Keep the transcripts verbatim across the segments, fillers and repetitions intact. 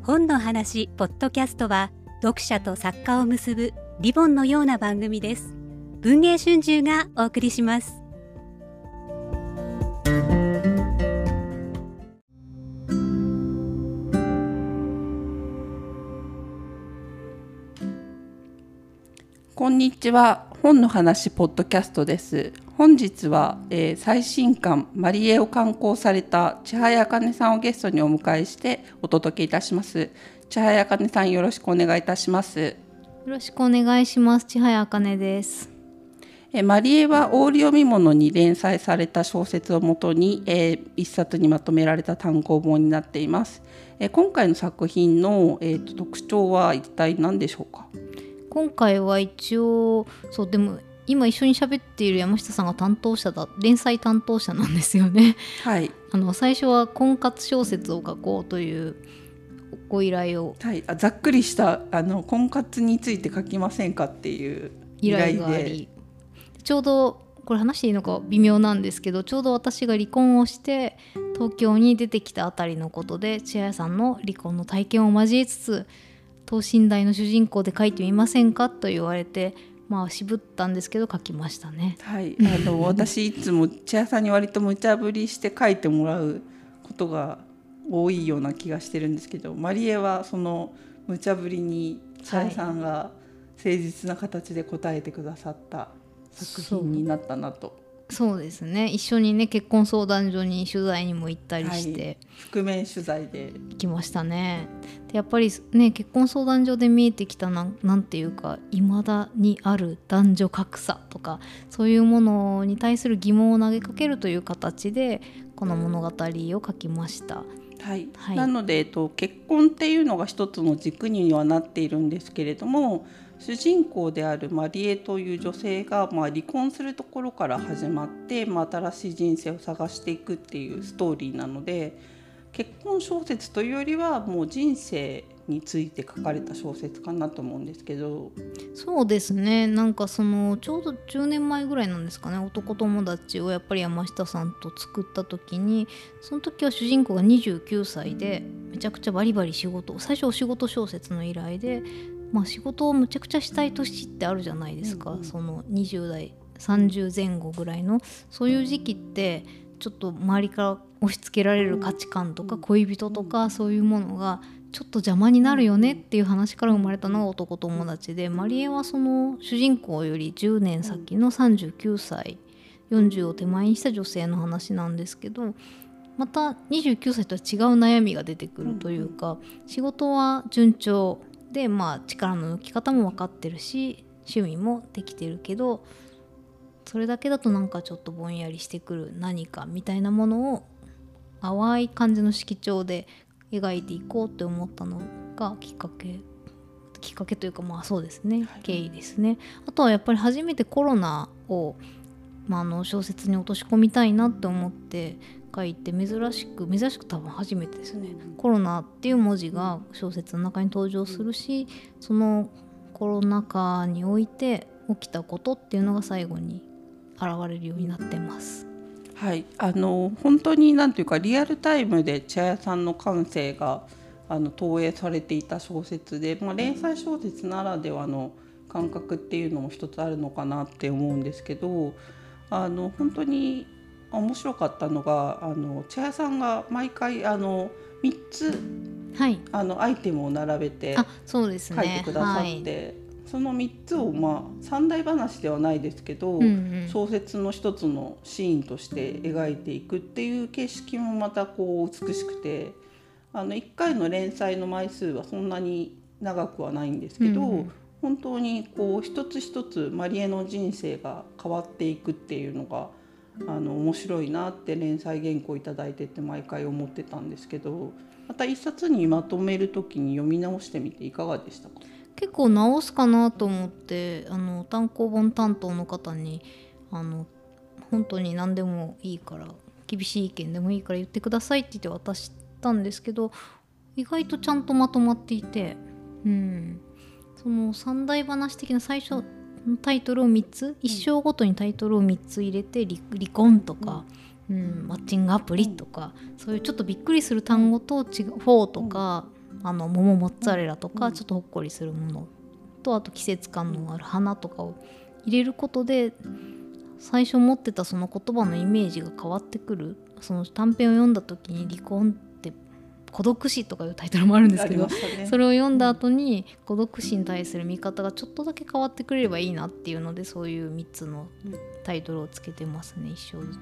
本の話ポッドキャストは読者と作家を結ぶリボンのような番組です。文藝春秋がお送りします。 こんにちは。本の話ポッドキャストです。本日は、えー、最新刊マリエを刊行された千早茜さんをゲストにお迎えしてお届けいたします。千早茜さん、よろしくお願いいたします。よろしくお願いします。千早茜です。 えー、マリエはオール読み物に連載された小説をもとに、えー、一冊にまとめられた単行本になっています。えー、今回の作品の、えーと、特徴は一体何でしょうか？ 今回は一応そうでも今一緒に喋っている山下さんが担当者だ連載担当者なんですよね。 はい。 あの最初は婚活小説を書こうというご依頼を、 はい、あざっくりしたあの婚活について書きませんかっていう依頼で依頼があり、 ちょうどこれ話していいのか微妙なんですけど、ちょうど私が離婚をして東京に出てきたあたりのことで、千早さんの離婚の体験を交えつつ等身大の主人公で書いてみませんかと言われて、まあ渋ったんですけど書きましたね。 はい、あの私いつも千早さんに割と無茶ぶりして書いてもらうことが多いような気がしてるんですけど、マリエはその無茶ぶりに千早さんが誠実な形で答えてくださった作品になったなと。 そう、そうですね。一緒にね結婚相談所に取材にも行ったりして、はい、 覆面取材で行きましたね。でやっぱりね結婚相談所で見えてきたな ん, なんていうか未だにある男女格差とか、そういうものに対する疑問を投げかけるという形でこの物語を書きました。 はいはい、なので、えっと、結婚っていうのが一つの軸にはなっているんですけれども、主人公であるマリエという女性が、まあ、離婚するところから始まって、まあ、新しい人生を探していくっていうストーリーなので、結婚小説というよりはもう人生について書かれた小説かなと思うんですけど。 そうですね。なんかそのちょうどじゅうねんまえぐらいなんですかね、男友達をやっぱり山下さんと作った時に、その時は主人公がにじゅうきゅうさいでめちゃくちゃバリバリ仕事、最初お仕事小説の依頼で、まあ、仕事をむちゃくちゃしたい年ってあるじゃないですか、うんうん、そのにじゅう代さんじゅうぜん後ぐらいのそういう時期ってちょっと周りから押し付けられる価値観とか恋人とかそういうものがちょっと邪魔になるよねっていう話から生まれたのが男友達で、マリエはその主人公よりじゅうねん先のさんじゅうきゅうさい、よんじゅうを手前にした女性の話なんですけど、またにじゅうきゅうさいとは違う悩みが出てくるというか、仕事は順調で、まあ、力の抜き方も分かってるし趣味もできてるけど、それだけだとなんかちょっとぼんやりしてくる何かみたいなものを淡い感じの色調で描いていこうって思ったのがきっかけきっかけというか、まあそうですね、はい、経緯ですね。あとはやっぱり初めてコロナを、まあ、あの小説に落とし込みたいなって思って書いて、珍しく珍しく多分初めてですね、うん、コロナっていう文字が小説の中に登場するし、そのコロナ禍において起きたことっていうのが最後に現れるようになってます。 はい、あの本当になんていうかリアルタイムで千早さんの感性があの投影されていた小説で、まあ、連載小説ならではの感覚っていうのも一つあるのかなって思うんですけど、あの本当に面白かったのが、あの千早さんが毎回あのみっつ、はい、あのアイテムを並べて書いてくださって、そのみっつを、まあ、三大話ではないですけど、うんうん、小説の一つのシーンとして描いていくっていう景色もまたこう美しくて、あのいっかいの連載の枚数はそんなに長くはないんですけど、うんうん、本当にこう一つ一つマリエの人生が変わっていくっていうのがあの面白いなって連載原稿いただいてて毎回思ってたんですけど、また一冊にまとめるときに読み直してみていかがでしたか？ 結構直すかなと思って、あの単行本担当の方にあの本当に何でもいいから厳しい意見でもいいから言ってくださいって言って渡したんですけど、意外とちゃんとまとまっていて、うん、その三大話的な最初のタイトルをみっつ、一章ごとにタイトルをみっつ入れて 離, 離婚とか、うんうん、マッチングアプリとか、そういうちょっとびっくりする単語と違うフォーとか、 あの桃モッツァレラとか、 うんちょっとほっこりするものと、あと季節感のある花とかを入れることで、最初持ってたその言葉のイメージが変わってくる。その短編を読んだ時に離婚って孤独死とかいうタイトルもあるんですけど、 ね、 それを読んだ後に孤独死に対する見方がちょっとだけ変わってくれればいいなっていうので、そういうみっつのタイトルをつけてますね、一章ずつ。うん、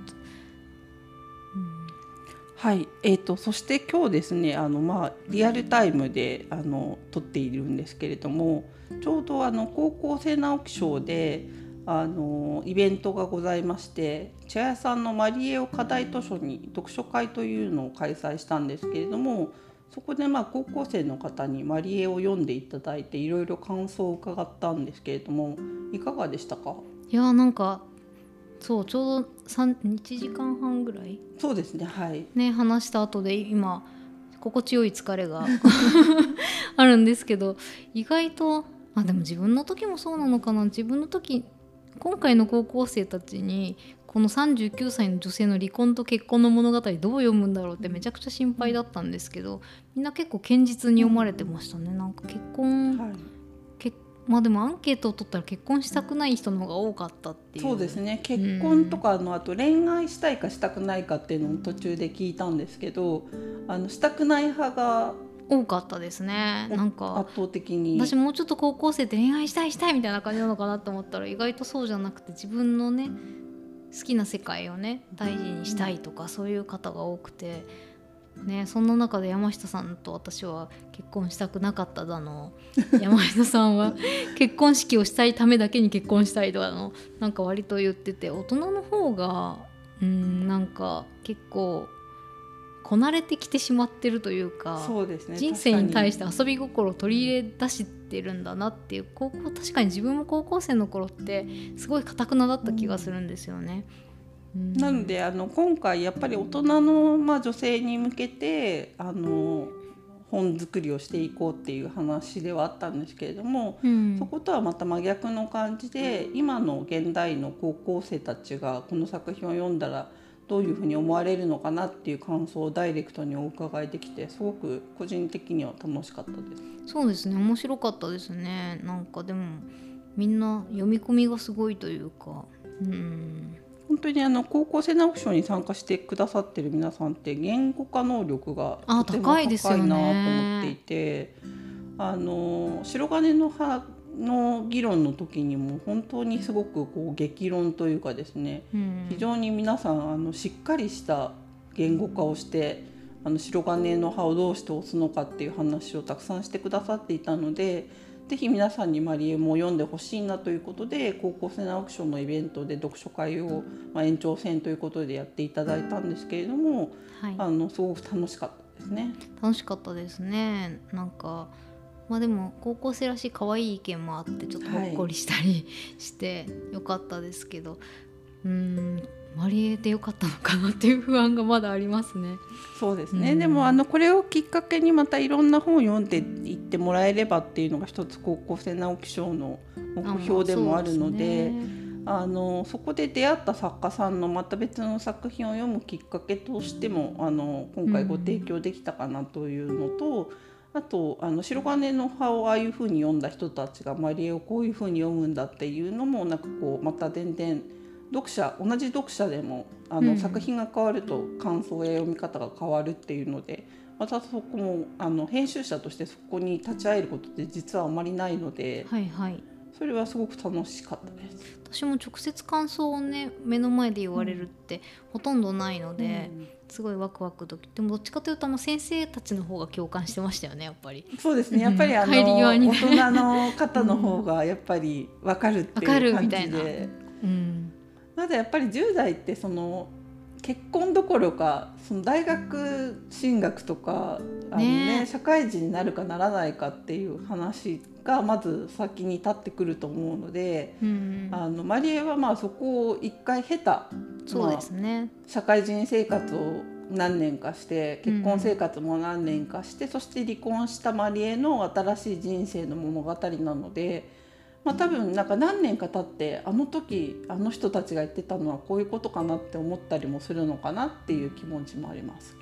はい、えーと、そして今日ですね、あの、まあ、リアルタイムであの撮っているんですけれども、ちょうどあの高校生直木賞であのイベントがございまして、茶屋さんのマリエを課題図書に読書会というのを開催したんですけれども、そこでまあ高校生の方にマリエを読んでいただいて、いろいろ感想を伺ったんですけれども、いかがでしたか？ いやなんかそうちょうどいちじかんはんぐらいそうですね、はい、 ね話した後で今心地よい疲れがあるんですけど、意外とあでも自分の時もそうなのかな。自分の時今回の高校生たちにこのさんじゅうきゅうさいの女性の離婚と結婚の物語どう読むんだろうってめちゃくちゃ心配だったんですけど、みんな結構堅実に読まれてましたね。なんか結婚、はい、けまあでもアンケートを取ったら結婚したくない人の方が多かったっていう。 そうですね、結婚とかのあと恋愛したいかしたくないかっていうのを途中で聞いたんですけど、あのしたくない派が多かったですね。なんか圧倒的に私もうちょっと高校生って恋愛したいしたいみたいな感じなのかなと思ったら、意外とそうじゃなくて自分のね好きな世界をね大事にしたいとか、そういう方が多くてね、そんな中で山下さんと私は結婚したくなかっただの山下さんは結婚式をしたいためだけに結婚したいとかのなんか割と言ってて、大人の方がうーんなんか結構こなれてきてしまってるというか、 そうですね、 人生に対して遊び心を取り入れ出してるんだなっていう。高校確かに自分も高校生の頃ってすごい堅くなだった気がするんですよね。うん、 なのであの今回やっぱり大人の、まあ、女性に向けてあの本作りをしていこうっていう話ではあったんですけれども、うん、そことはまた真逆の感じで、今の現代の高校生たちがこの作品を読んだらどういうふうに思われるのかなっていう感想をダイレクトにお伺いできて、すごく個人的には楽しかったです。 そうですね、面白かったですね。なんかでもみんな読み込みがすごいというか、うん、 本当にあの高校生直木賞に参加してくださってる皆さんって言語化能力がとても高いなと思っていて、あの白金の葉の議論の時にも本当にすごくこう激論というかですね、うん、非常に皆さんあのしっかりした言語化をして、あの白金の葉をどうして押すのかっていう話をたくさんしてくださっていたので、ぜひ皆さんにマリエも読んでほしいなということで、高校生直木賞のイベントで読書会を、まあ、延長戦ということでやっていただいたんですけれども、はい、あのすごく楽しかったですね。 楽しかったですね。なんかまあでも高校生らしい可愛い意見もあってちょっとほっこりしたりしてよかったですけど、はい、うーんマリエでよかったのかなっていう不安がまだありますね。 そうですね、うん、でもあのこれをきっかけにまたいろんな本を読んでいってもらえればっていうのが一つ高校生直木賞の目標でもあるので、あのそこで出会った作家さんのまた別の作品を読むきっかけとしてもあの今回ご提供できたかなというのと、うん、あとあの白金の葉をああいう風に読んだ人たちがマリエをこういう風に読むんだっていうのもなんかこうまた全然読者同じ読者でもあの、うん、作品が変わると感想や読み方が変わるっていうので、またそこもあの編集者としてそこに立ち会えることって実はあまりないので、はいはい、それはすごく楽しかったです。 私も直接感想をね目の前で言われるってほとんどないので、うん、すごいワクワクドキ。でもどっちかというとあの先生たちの方が共感してましたよね、やっぱり。 そうですね、やっぱりあの、ね、大人の方の方がやっぱり分かるっていう感じで、分かるみたいな、うん、まだやっぱりじゅう代ってその結婚どころかその大学進学とかあの、ねね、社会人になるかならないかっていう話がまず先に立ってくると思うので、うん、あのマリエはまあそこを一回経た、 そうですね、 まあ、社会人生活を何年かして結婚生活も何年かして、うん、そして離婚したマリエの新しい人生の物語なので、まあ、多分なんか何年か経ってあの時あの人たちが言ってたのはこういうことかなって思ったりもするのかなっていう気持ちもあります。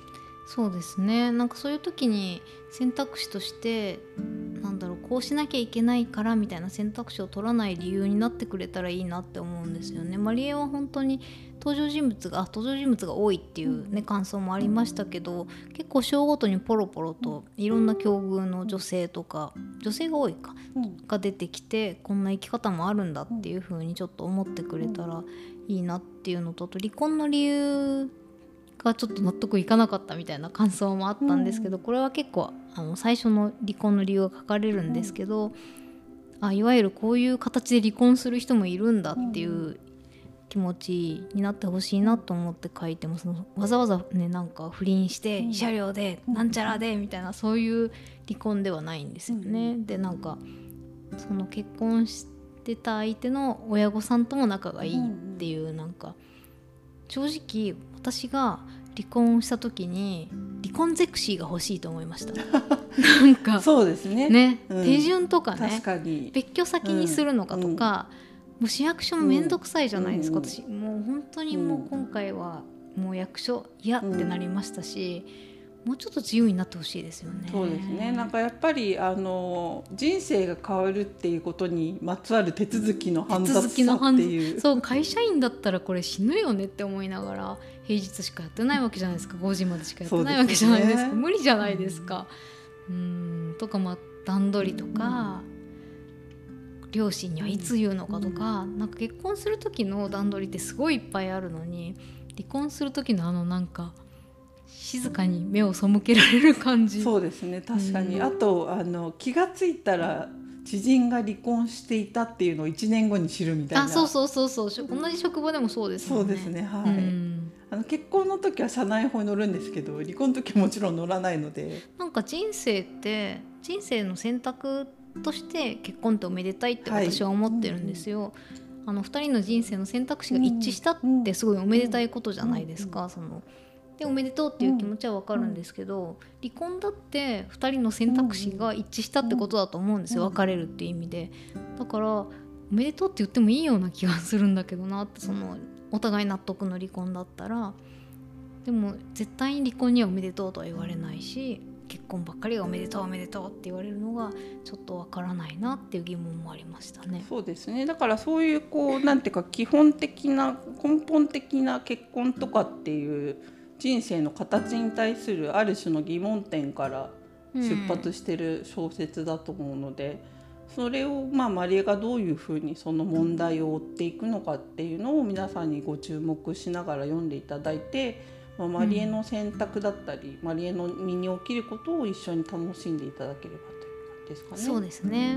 そうですね。なんかそういう時に選択肢としてなんだろう、こうしなきゃいけないからみたいな選択肢を取らない理由になってくれたらいいなって思うんですよね。マリエは本当に登場人物があ登場人物が多いっていうね、感想もありましたけど、結構章ごとにポロポロといろんな境遇の女性とか女性が多いか、 うん、 が出てきて、こんな生き方もあるんだっていう風にちょっと思ってくれたらいいなっていうのと、あと離婚の理由がちょっと納得いかなかったみたいな感想もあったんですけど、これは結構あの最初の離婚の理由が書かれるんですけど、あいわゆるこういう形で離婚する人もいるんだっていう気持ちになってほしいなと思って書いてます。わざわざね、なんか不倫して慰謝料でなんちゃらでみたいな、そういう離婚ではないんですよね。でなんかその結婚してた相手の親御さんとも仲がいいっていう、なんか正直私が離婚した時に離婚ゼクシーが欲しいと思いましたなんかそうですね、 ね、 うん、 手順とかね、 確かに別居先にするのかとか、うん、もう市役所もめんどくさいじゃないですか、 うん、 私もう本当にもう今回はもう役所嫌ってなりましたし、うん、もうちょっと自由になってほしいですよね。 そうですね。なんかやっぱりあの人生が変わるっていうことにまつわる手続きの煩雑さっていう、 そう会社員だったらこれ死ぬよねって思いながら平日しかやってないわけじゃないですか、ごじまでしかやってないわけじゃないですか、す、ね、無理じゃないですか、うん、うんとか、まあ、段取りとか、うん、両親にはいつ言うのかとか、うん、なんか結婚する時の段取りってすごいいっぱいあるのに、離婚する時のあのなんか静かに目を背けられる感じ。 そうですね、確かに、うん、あとあの気がついたら知人が離婚していたっていうのをいちねんごに知るみたいな。 あ、そうそうそうそう、同じ職場でもそうですもんね。 そうですね、はい、うん、あの結婚の時は社内法に乗るんですけど、離婚の時はもちろん乗らないので、 なんか人生って人生の選択として結婚っておめでたいって私は思ってるんですよ、はい、あのふたりの人生の選択肢が一致したってすごいおめでたいことじゃないですか、そのでおめでとうっていう気持ちは分かるんですけど、離婚だってふたりの選択肢が一致したってことだと思うんですよ、別れるっていう意味で。だからおめでとうって言ってもいいような気がするんだけどなって、そのお互い納得の離婚だったら。でも絶対に離婚にはおめでとうとは言われないし、結婚ばっかりがおめでとうおめでとうって言われるのがちょっとわからないなっていう疑問もありましたね。 そうですね。だからそういうこうなんていうか基本的な根本的な結婚とかっていう人生の形に対するある種の疑問点から出発してる小説だと思うので、うん、それをまあマリエがどういうふうにその問題を追っていくのかっていうのを皆さんにご注目しながら読んでいただいて、まあ、マリエの選択だったり、うん、マリエの身に起きることを一緒に楽しんでいただければという感じですかね。 そうですね、うん、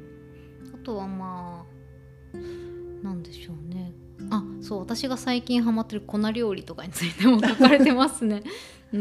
あとはまあなんでしょうね、あ、そう私が最近ハマってる粉料理とかについても書かれてますね、うん、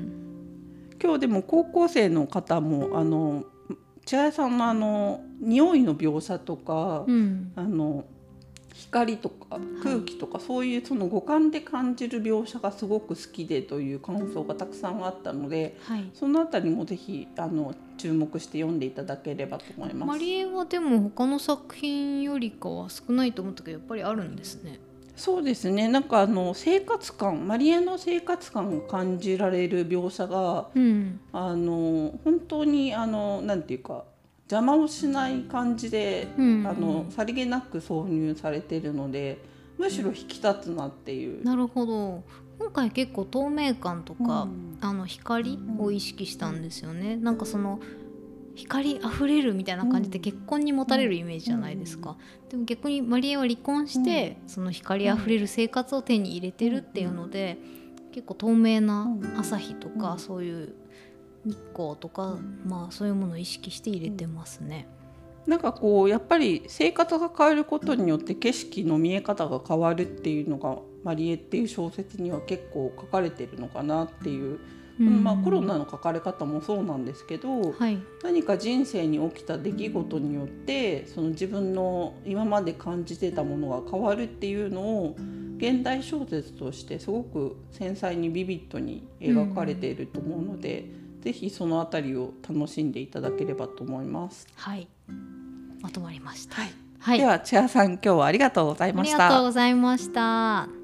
今日でも高校生の方もあの千早さんのあの匂いの描写とか、うん、あの光とか空気とか、はい、そういうその五感で感じる描写がすごく好きでという感想がたくさんあったので、はい、そのあたりもぜひあの注目して読んでいただければと思います。 マリエはでも他の作品よりかは少ないと思ったけどやっぱりあるんですね。 そうですね、なんかあの生活感、マリエの生活感を感じられる描写が、うん、あの本当にあのなんていうか邪魔をしない感じで、うんうん、あのさりげなく挿入されているのでむしろ引き立つなっていう、うん、 なるほど。今回結構透明感とか、うん、あの光を意識したんですよね、うん、なんかその光あふれるみたいな感じで結婚に持たれるイメージじゃないですか、うん、でも逆にマリエは離婚して、うん、その光あふれる生活を手に入れてるっていうので、うん、結構透明な朝日とか、うん、そういう日光とか、まあ、そういうものを意識して入れてますね。 なんかこうやっぱり生活が変わることによって景色の見え方が変わるっていうのがマリエっていう小説には結構書かれてるのかなっていう、うんまあ、コロナの書かれ方もそうなんですけど、はい、何か人生に起きた出来事によってその自分の今まで感じてたものが変わるっていうのを現代小説としてすごく繊細にビビッドに描かれていると思うので、うん、ぜひそのあたりを楽しんでいただければと思います。 はい、まとまりました、 はいはい、では千葉さん今日はありがとうございました。 ありがとうございました。